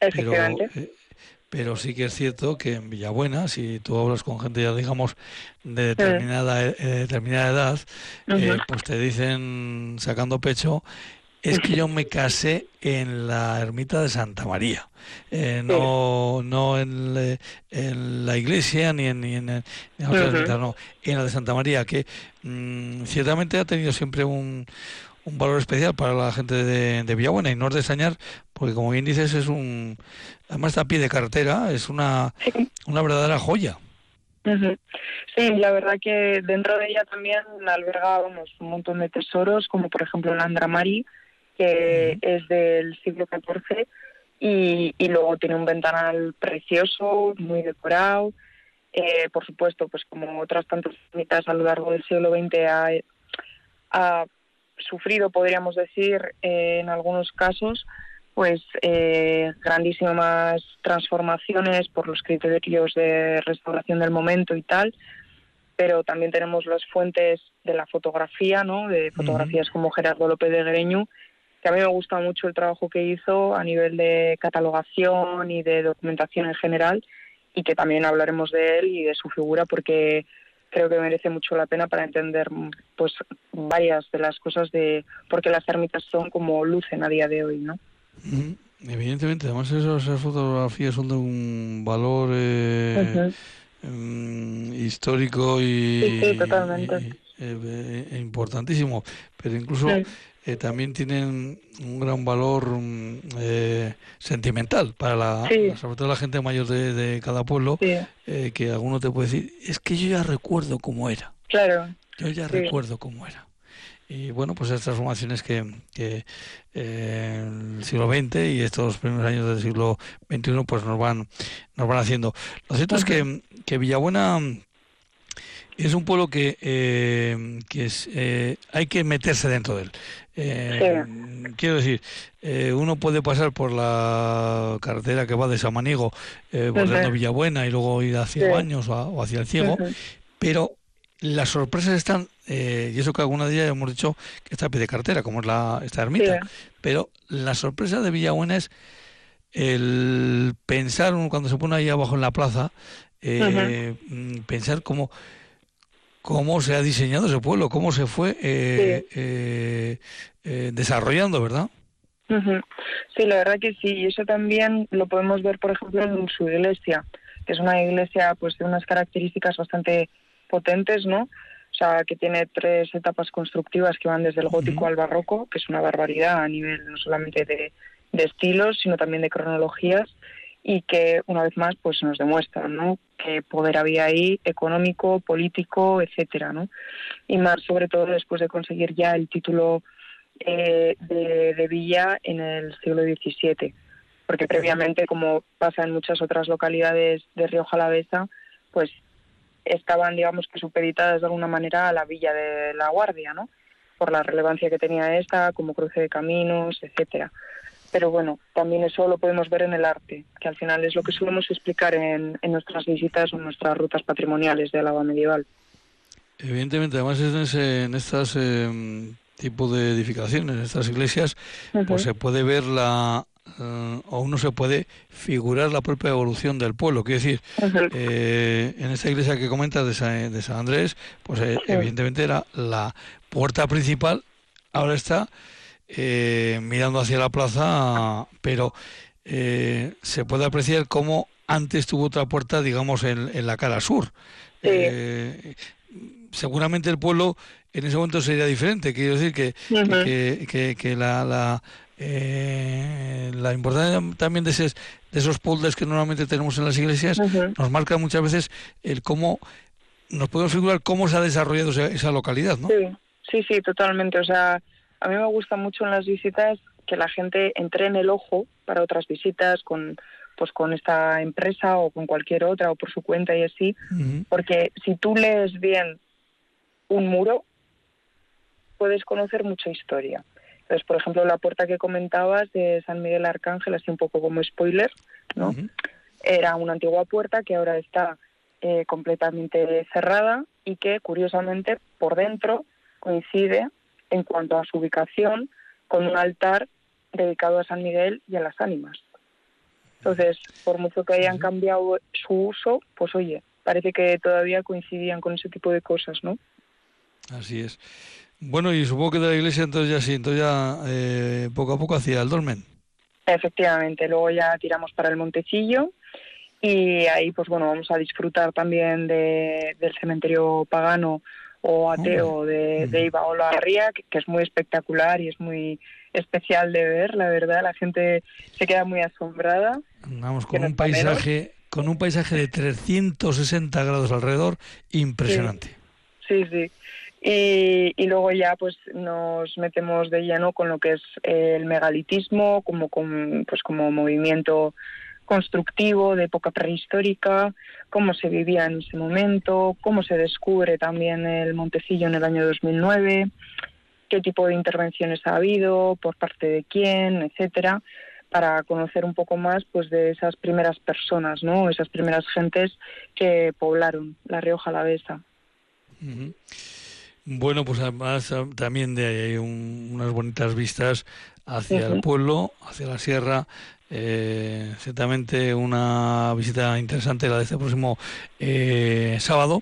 pero sí que es cierto que en Villabuena, si tú hablas con gente ya digamos de determinada edad, pues te dicen sacando pecho, es que yo me casé en la ermita de Santa María, no en la iglesia ni en la otra ermita, no, en la de Santa María, que ciertamente ha tenido siempre un valor especial para la gente de Villabuena, y no es de extrañar, porque como bien dices, además está a pie de carretera, es una verdadera joya. Sí, la verdad que dentro de ella también alberga un montón de tesoros, como por ejemplo la Andramari, que es del siglo XIV, y luego tiene un ventanal precioso, muy decorado. Por supuesto, pues como otras tantas ermitas a lo largo del siglo XX ha sufrido, podríamos decir, en algunos casos, pues grandísimas transformaciones por los criterios de restauración del momento y tal, pero también tenemos las fuentes de la fotografía, ¿no? De fotografías como Gerardo López de Guereñu, que a mí me gusta mucho el trabajo que hizo a nivel de catalogación y de documentación en general, y que también hablaremos de él y de su figura, porque creo que merece mucho la pena para entender pues varias de las cosas de por qué las ermitas son como lucen a día de hoy, ¿no? Evidentemente, además esas fotografías son de un valor histórico y totalmente. Importantísimo, pero incluso también tienen un gran valor sentimental para sobre todo la gente mayor de cada pueblo, que alguno te puede decir, es que yo ya recuerdo cómo era. Claro. Yo ya recuerdo cómo era. Y bueno, pues estas transformaciones que el siglo XX y estos primeros años del siglo XXI pues nos van haciendo. Lo cierto es que Villabuena es un pueblo que hay que meterse dentro de él. Quiero decir, uno puede pasar por la carretera que va de Samaniego, bordeando Villabuena, y luego ir hacia Baños o hacia el Ciego, pero las sorpresas están, y eso que alguna día hemos dicho que está a pie de carretera, como es esta ermita, pero la sorpresa de Villabuena es el pensar, cuando se pone ahí abajo en la plaza, pensar cómo se ha diseñado ese pueblo, cómo se fue desarrollando, ¿verdad? Sí, la verdad que sí, y eso también lo podemos ver, por ejemplo, en su iglesia, que es una iglesia pues de unas características bastante potentes, ¿no? O sea, que tiene 3 etapas constructivas que van desde el gótico al barroco, que es una barbaridad a nivel no solamente de estilos, sino también de cronologías, y que una vez más pues nos demuestran, ¿no?, qué poder había ahí, económico, político, etcétera, ¿no? Y más sobre todo después de conseguir ya el título de villa en el siglo XVII, porque previamente, como pasa en muchas otras localidades de Rioja Alavesa, pues estaban, digamos, que supeditadas de alguna manera a la villa de La Guardia, ¿no?, por la relevancia que tenía esta como cruce de caminos, etcétera. Pero bueno, también eso lo podemos ver en el arte, que al final es lo que solemos explicar en nuestras visitas o en nuestras rutas patrimoniales de Álava medieval. Evidentemente, además en estas tipo de edificaciones, en estas iglesias, pues se puede ver o uno se puede figurar la propia evolución del pueblo. Quiero decir, en esta iglesia que comentas de San Andrés, pues evidentemente era la puerta principal, ahora está mirando hacia la plaza, pero se puede apreciar cómo antes tuvo otra puerta, digamos, en la cara sur. Seguramente el pueblo en ese momento sería diferente. Quiero decir que la importancia también de esos puzzles que normalmente tenemos en las iglesias nos marca muchas veces el cómo nos podemos figurar cómo se ha desarrollado esa localidad, ¿no? Sí, totalmente. O sea, a mí me gusta mucho en las visitas que la gente entre en el ojo para otras visitas con esta empresa o con cualquier otra o por su cuenta y así, porque si tú lees bien un muro, puedes conocer mucha historia. Entonces, por ejemplo, la puerta que comentabas de San Miguel Arcángel, así un poco como spoiler, ¿no? Era una antigua puerta que ahora está completamente cerrada y que, curiosamente, por dentro coincide en cuanto a su ubicación con un altar dedicado a San Miguel y a las ánimas. Entonces, por mucho que hayan cambiado su uso, pues oye, parece que todavía coincidían con ese tipo de cosas, ¿no? Así es. Bueno, y supongo que de la iglesia entonces ya poco a poco hacia el dolmen. Efectivamente, luego ya tiramos para el Montecillo y ahí pues bueno, vamos a disfrutar también del cementerio pagano o ateo de Ibaolo-Arria, que es muy espectacular y es muy especial de ver, la verdad, la gente se queda muy asombrada. Vamos, con un paisaje de 360 grados alrededor, impresionante. Sí. Y luego ya pues nos metemos de lleno con lo que es el megalitismo como movimiento constructivo de época prehistórica, cómo se vivía en ese momento, cómo se descubre también el Montecillo en el año 2009, qué tipo de intervenciones ha habido, por parte de quién, etcétera, para conocer un poco más pues de esas primeras personas, ¿no? Esas primeras gentes que poblaron La Rioja Alavesa. Uh-huh. Bueno, pues además también de ahí hay unas bonitas vistas hacia el pueblo, hacia la sierra. Ciertamente una visita interesante la de este próximo sábado.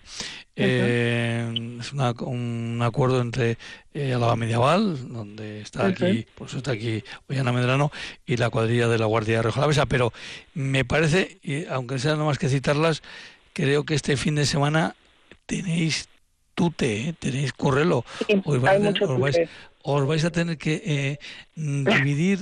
Es un acuerdo entre Álava Medieval, donde está aquí, por eso está aquí Ollana Medrano, y la cuadrilla de la Guardia Rioja Alavesa. Pero me parece, y aunque sea no más que citarlas, creo que este fin de semana tenéis tute, tenéis correlo. Os vais a tener que dividir,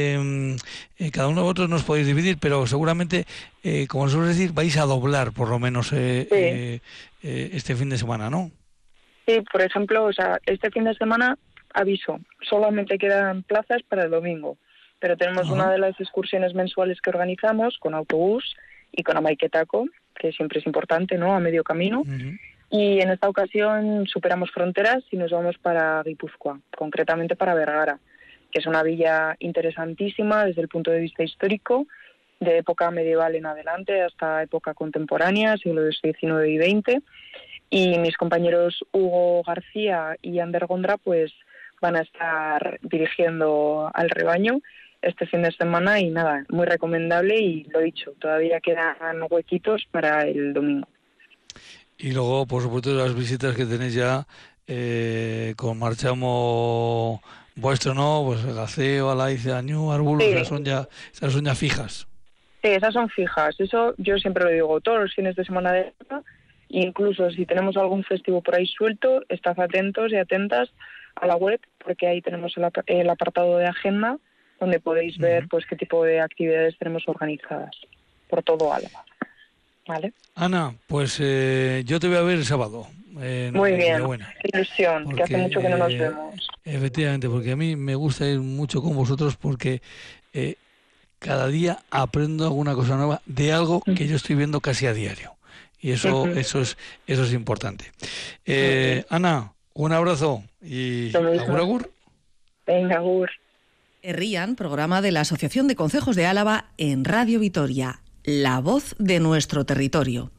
cada uno de vosotros no os podéis dividir, pero seguramente, como os suelo decir, vais a doblar por lo menos este fin de semana, ¿no? Sí, por ejemplo, o sea, este fin de semana, aviso, solamente quedan plazas para el domingo, pero tenemos una de las excursiones mensuales que organizamos con autobús y con Amaiquetaco, que siempre es importante, ¿no?, a medio camino. Y en esta ocasión superamos fronteras y nos vamos para Guipúzcoa, concretamente para Vergara, que es una villa interesantísima desde el punto de vista histórico, de época medieval en adelante hasta época contemporánea, siglos XIX y XX. Y mis compañeros Hugo García y Ander Gondra pues van a estar dirigiendo al rebaño este fin de semana y nada, muy recomendable y lo dicho, todavía quedan huequitos para el domingo. Y luego, por supuesto, las visitas que tenéis ya con Marchamo vuestro, ¿no? Pues el Gaceo, Alaiza, Añú, Arbulo, esas son ya fijas. Sí, esas son fijas. Eso yo siempre lo digo, todos los fines de semana de época, incluso si tenemos algún festivo por ahí suelto, estad atentos y atentas a la web, porque ahí tenemos el apartado de agenda, donde podéis ver pues qué tipo de actividades tenemos organizadas por todo Álava. ¿Vale? Ana, pues yo te voy a ver el sábado. Muy bien, qué ilusión, porque, que hace mucho que no nos vemos. Efectivamente, porque a mí me gusta ir mucho con vosotros porque cada día aprendo alguna cosa nueva de algo que yo estoy viendo casi a diario. Y eso es importante. Ana, un abrazo y agur. Venga, agur. Herrían, programa de la Asociación de Concejos de Álava en Radio Vitoria. La voz de nuestro territorio.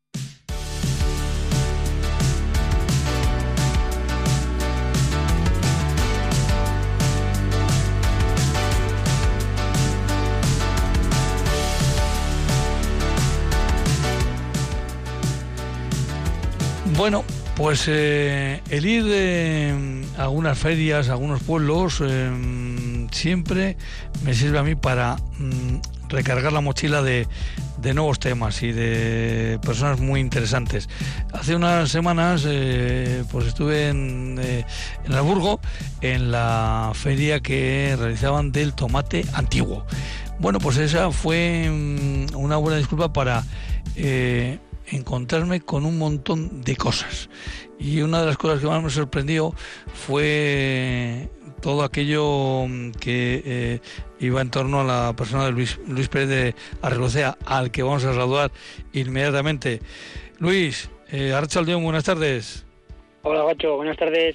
Bueno, pues el ir a algunas ferias, a algunos pueblos, siempre me sirve a mí para recargar la mochila de nuevos temas y de personas muy interesantes. Hace unas semanas pues estuve en Hamburgo, en la feria que realizaban del tomate antiguo. Bueno, pues esa fue una buena disculpa para encontrarme con un montón de cosas. Y una de las cosas que más me sorprendió fue todo aquello que iba en torno a la persona de Luis Pérez de Arrelucea, al que vamos a saludar inmediatamente. Luis, Arratsaldeon, buenas tardes. Hola, Gacho, buenas tardes.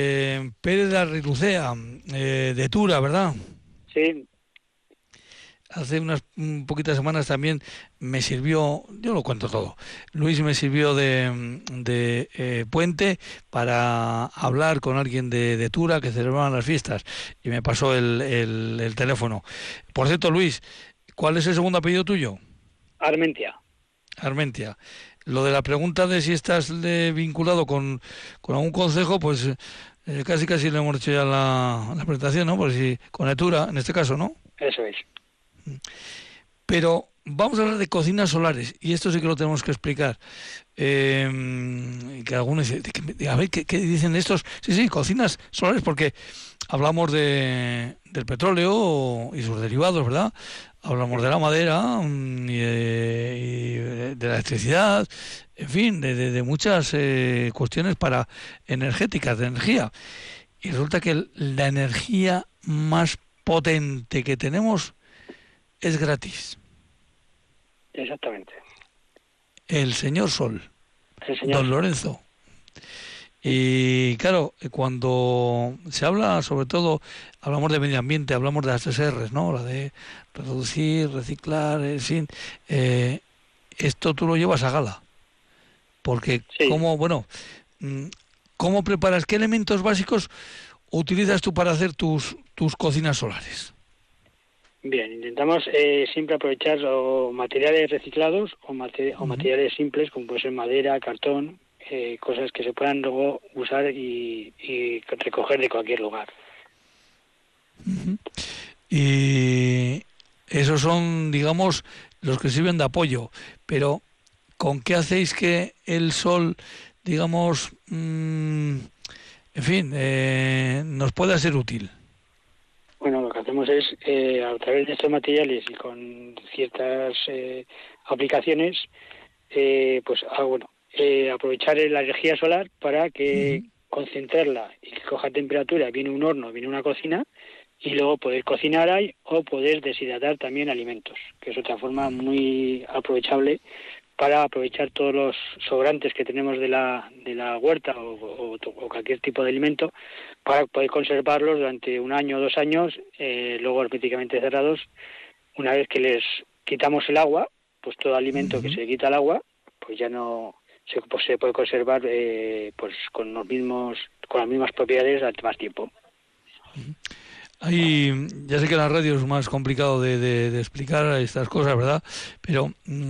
Pérez de Arrelucea, de Tura, ¿verdad? Sí. hace unas poquitas semanas también me sirvió, yo lo cuento todo, Luis me sirvió de puente para hablar con alguien de Tura que celebraban las fiestas y me pasó el teléfono. Por cierto, Luis, ¿cuál es el segundo apellido tuyo? Armentia. Armentia. Lo de la pregunta de si estás vinculado con algún concejo, pues casi le hemos hecho ya la presentación, ¿no? Pues si con Etura, en este caso, ¿no? Eso es. Pero vamos a hablar de cocinas solares, y esto sí que lo tenemos que explicar. Que algunos dicen, a ver, ¿qué dicen estos? Sí, cocinas solares, porque hablamos del petróleo y sus derivados, ¿verdad? Hablamos de la madera y de la electricidad, en fin, de muchas cuestiones energéticas, de energía. Y resulta que la energía más potente que tenemos es gratis. Exactamente. El señor Sol, El señor don Lorenzo. Y claro, cuando se habla, sobre todo, hablamos de medio ambiente, hablamos de las 3 R's, ¿no? La de reducir, reciclar, en fin. Esto tú lo llevas a gala. Porque, Sí. ¿cómo preparas? ¿Qué elementos básicos utilizas tú para hacer tus cocinas solares? Bien, intentamos siempre aprovechar o materiales reciclados o materiales simples, como puede ser madera, cartón, cosas que se puedan luego usar y recoger de cualquier lugar. Y esos son, digamos, los que sirven de apoyo. Pero, ¿con qué hacéis que el sol, digamos, en fin, nos pueda ser útil? Bueno, lo que hacemos es, a través de estos materiales y con ciertas aplicaciones, aprovechar la energía solar para que concentrarla y que coja temperatura, viene un horno, viene una cocina, y luego poder cocinar ahí o poder deshidratar también alimentos, que es otra forma muy aprovechable para aprovechar todos los sobrantes que tenemos de la huerta o cualquier tipo de alimento, para poder conservarlos durante 1 año o 2 años, luego herméticamente cerrados. Una vez que les quitamos el agua, pues todo alimento que se le quita el agua, pues ya no se puede conservar con las mismas propiedades durante más tiempo. Ahí, ya sé que en la radio es más complicado de explicar estas cosas, ¿verdad? Pero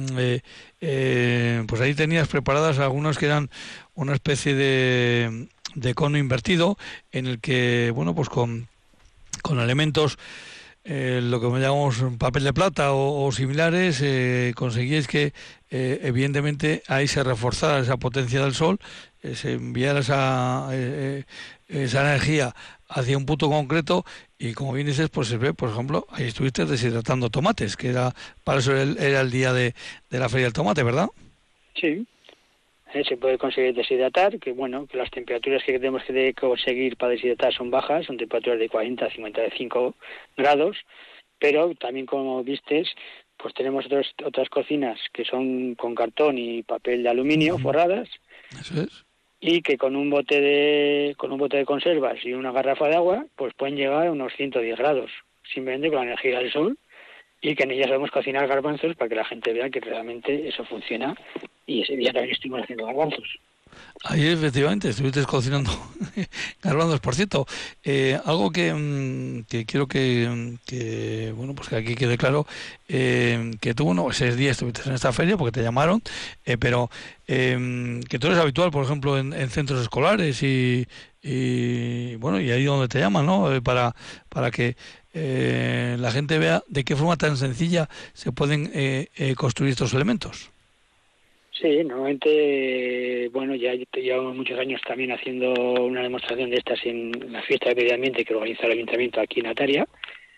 pues ahí tenías preparadas algunas que eran una especie de cono invertido en el que, pues con elementos, lo que llamamos papel de plata o similares, conseguíais que evidentemente ahí se reforzara esa potencia del sol, se enviara esa energía hacia un punto concreto, y como bien dices, pues se ve, por ejemplo, ahí estuviste deshidratando tomates, que para eso era el día de la Feria del Tomate, ¿verdad? Sí, se puede conseguir deshidratar, que las temperaturas que tenemos que conseguir para deshidratar son bajas, son temperaturas de 40 a 55 grados, pero también, como vistes, pues tenemos otras cocinas que son con cartón y papel de aluminio forradas. Eso es. Y que con un bote de conservas y una garrafa de agua, pues pueden llegar a unos 110 grados, simplemente con la energía del sol, y que en ellas sabemos cocinar garbanzos para que la gente vea que realmente eso funciona. Y ese día también estuvimos haciendo garbanzos. Ahí efectivamente estuviste cocinando garbanzos. Por cierto, algo que quiero que pues que aquí quede claro, que tú ese día estuviste en esta feria porque te llamaron, pero que tú eres habitual, por ejemplo, en centros escolares y ahí donde te llaman, ¿no? Para que la gente vea de qué forma tan sencilla se pueden construir estos elementos. Sí, normalmente, ya llevamos muchos años también haciendo una demostración de estas en la fiesta de medio ambiente que organiza el ayuntamiento aquí en Ataria.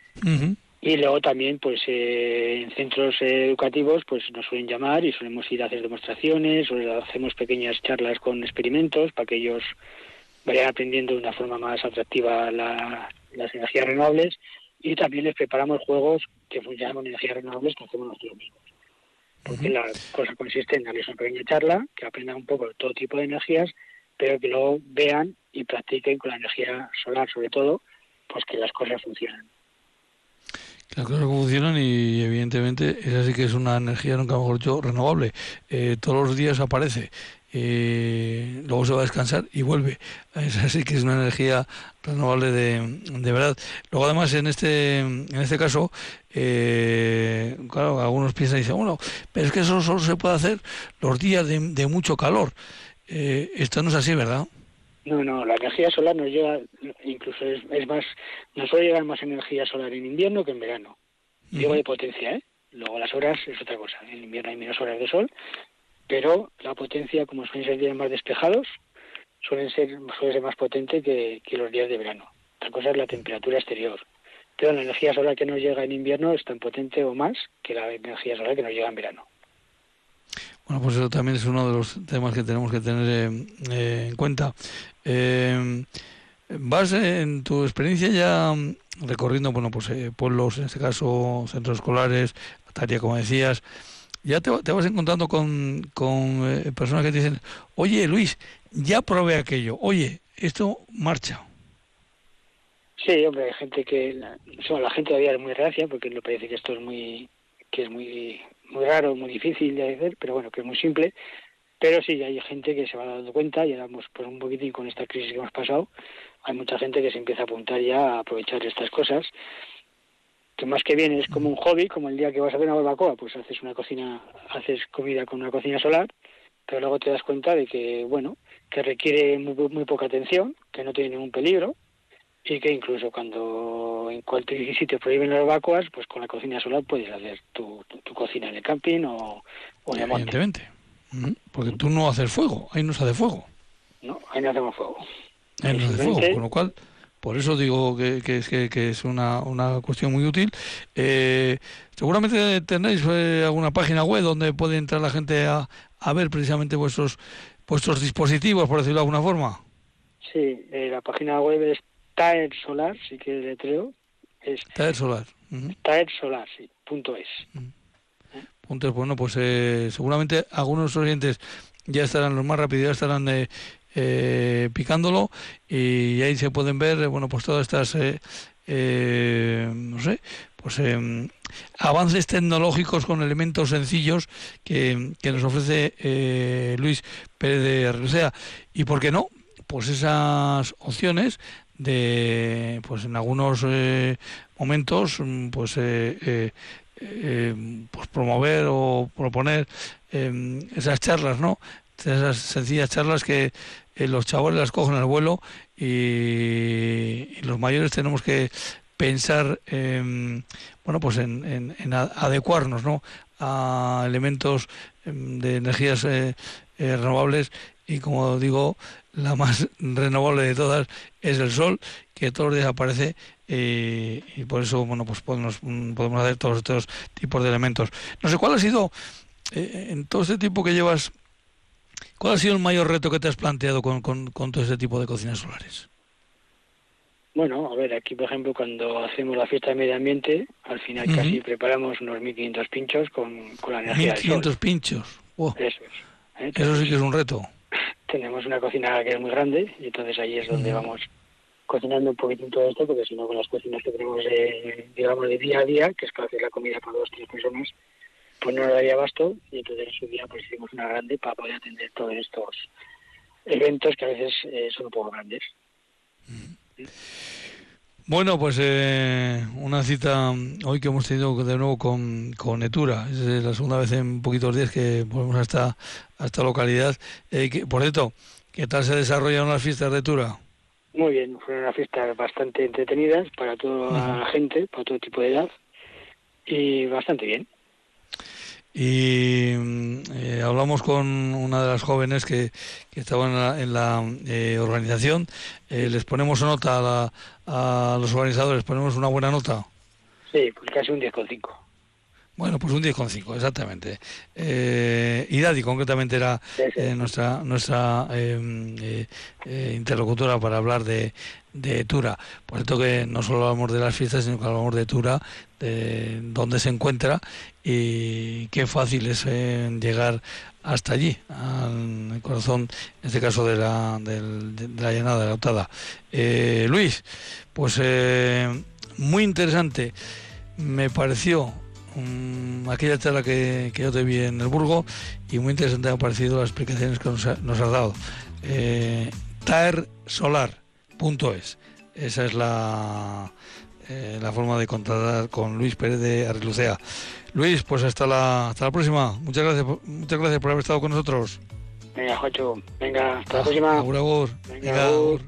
Y luego también, pues en centros educativos, pues nos suelen llamar y solemos ir a hacer demostraciones, o hacemos pequeñas charlas con experimentos para que ellos vayan aprendiendo de una forma más atractiva las energías renovables, y también les preparamos juegos que funcionan con energías renovables que hacemos nosotros mismos. Porque la cosa consiste en darles una pequeña charla, que aprendan un poco de todo tipo de energías, pero que luego vean y practiquen con la energía solar, sobre todo, pues que las cosas funcionan. Claro que funcionan y evidentemente esa sí que es una energía, nunca mejor dicho, renovable. Todos los días aparece, luego se va a descansar y vuelve. Esa sí que es una energía renovable de verdad. Luego además en este caso, claro, algunos piensan y dicen, bueno, pero es que eso solo se puede hacer los días de mucho calor. Esto no es así, ¿verdad? No, la energía solar nos llega, incluso es más, nos suele llegar más energía solar en invierno que en verano. Digo de potencia, ¿eh? Luego las horas es otra cosa. En invierno hay menos horas de sol, pero la potencia, como suelen ser días más despejados, suele ser más potente que los días de verano. Otra cosa es la temperatura exterior. Pero la energía solar que nos llega en invierno es tan potente o más que la energía solar que nos llega en verano. Bueno, pues eso también es uno de los temas que tenemos que tener en cuenta. Vas en tu experiencia ya recorriendo, bueno, pues pueblos, en este caso centros escolares, Ataria, como decías, ya te vas encontrando con personas que te dicen, oye Luis, ya probé aquello, oye, esto marcha. Sí, hombre, hay gente la gente todavía es muy reacia porque le parece que esto es muy raro, muy difícil de hacer, pero bueno, que es muy simple. Pero sí, hay gente que se va dando cuenta, y ahora pues un poquitín con esta crisis que hemos pasado, hay mucha gente que se empieza a apuntar ya a aprovechar estas cosas, que más que bien es como un hobby, como el día que vas a hacer una barbacoa, pues haces comida con una cocina solar, pero luego te das cuenta de que, bueno, que requiere muy poca atención, que no tiene ningún peligro, y que incluso cuando en cualquier sitio prohíben las barbacoas, pues con la cocina solar puedes hacer tu cocina en el camping o en el monte. Evidentemente. Porque tú no haces fuego, ahí no se hace fuego. No, ahí no hacemos fuego. Ahí no se hace fuego, con lo cual, por eso digo que es una cuestión muy útil. Seguramente tenéis alguna página web donde puede entrar la gente a ver precisamente vuestros dispositivos, por decirlo de alguna forma. Sí, la página web es Taer Solar, si quieres letreo. Es Taer Solar. Taer Solar, sí, .es. Entonces, bueno, pues seguramente algunos oyentes ya estarán, los más rápidos, ya estarán picándolo, y ahí se pueden ver, bueno, pues todas estas, no sé, pues avances tecnológicos con elementos sencillos que nos ofrece Luis Pérez de Arrasea. Y por qué no, pues esas opciones de, pues en algunos momentos, pues pues promover o proponer esas charlas, ¿no? Esas sencillas charlas que los chavales las cogen al vuelo, y los mayores tenemos que pensar, bueno, pues en adecuarnos, ¿no?, a elementos de energías renovables, y como digo, la más renovable de todas es el sol, que todos los días aparece, y por eso, bueno, pues podemos hacer todos estos tipos de elementos. No sé, ¿cuál ha sido, en todo este tiempo que llevas, cuál ha sido el mayor reto que te has planteado con todo este tipo de cocinas solares? Bueno, a ver, aquí por ejemplo cuando hacemos la fiesta de medio ambiente, al final casi preparamos unos 1.500 pinchos con la energía del sol. 1.500 pinchos. Wow. Eso es. Eso sí que es un reto. Tenemos una cocina que es muy grande, y entonces ahí es donde vamos cocinando un poquitín todo esto, porque si no, con las cocinas que tenemos digamos de día a día, que es para hacer la comida para 2 o 3 personas, pues no nos daría abasto, y entonces en su día pues hicimos una grande para poder atender todos estos eventos que a veces son un poco grandes. Bueno, pues una cita hoy que hemos tenido de nuevo con Etura. Es la segunda vez en poquitos días que volvemos a esta localidad. Por cierto, ¿qué tal se desarrollaron las fiestas de Etura? Muy bien, fueron unas fiestas bastante entretenidas para toda la gente, para todo tipo de edad, y bastante bien. Y hablamos con una de las jóvenes que estaban en la organización. Les ponemos nota a los organizadores, ponemos una buena nota. Sí, pues casi un 10,5. Bueno, pues un 10,5, exactamente. Y Dadi concretamente era nuestra interlocutora para hablar de Tura. Por cierto que no solo hablamos de las fiestas, sino que hablamos de Tura, de dónde se encuentra y qué fácil es llegar hasta allí, al corazón, en este caso de la llanada, de la Otada. Luis, pues muy interesante me pareció aquella charla que yo te vi en el Burgo, y muy interesante me han parecido las explicaciones que nos has dado. taersolar.es, esa es la forma de contactar con Luis Pérez de Arrilucea. Luis, pues hasta la próxima. Muchas gracias por haber estado con nosotros. Venga, Joacho, venga, hasta la próxima. Agur. Venga, agur.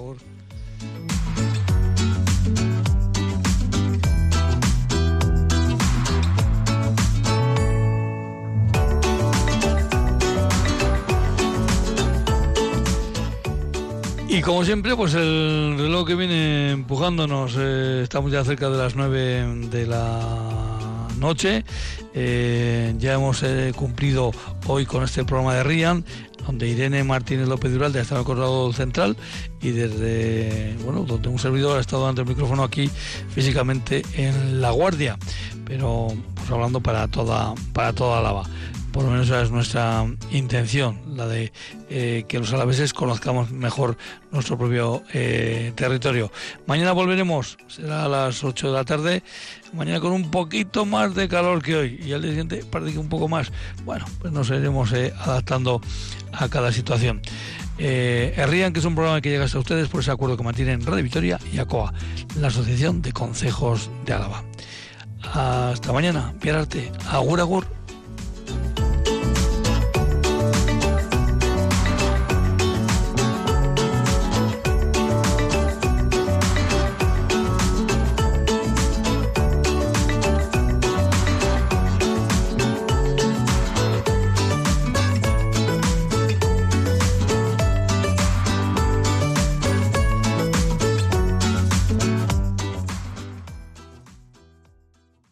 Y como siempre, pues el reloj que viene empujándonos, estamos ya cerca de las 9 de la noche. Ya hemos cumplido hoy con este programa de RIAN, donde Irene Martínez López Duralde ha estado en el Corredor Central, y desde, donde un servidor ha estado ante el micrófono aquí físicamente en La Guardia, pero pues hablando para toda Álava. Por lo menos esa es nuestra intención, la de que los alaveses conozcamos mejor nuestro propio territorio. Mañana volveremos, será a las 8 de la tarde, mañana con un poquito más de calor que hoy, y al día siguiente parece que un poco más. Bueno, pues nos iremos adaptando a cada situación. RIAN, que es un programa que llega hasta ustedes por ese acuerdo que mantienen Radio Vitoria y ACOA, la Asociación de Concejos de Álava. Hasta mañana, Pierarte. Agur, agur.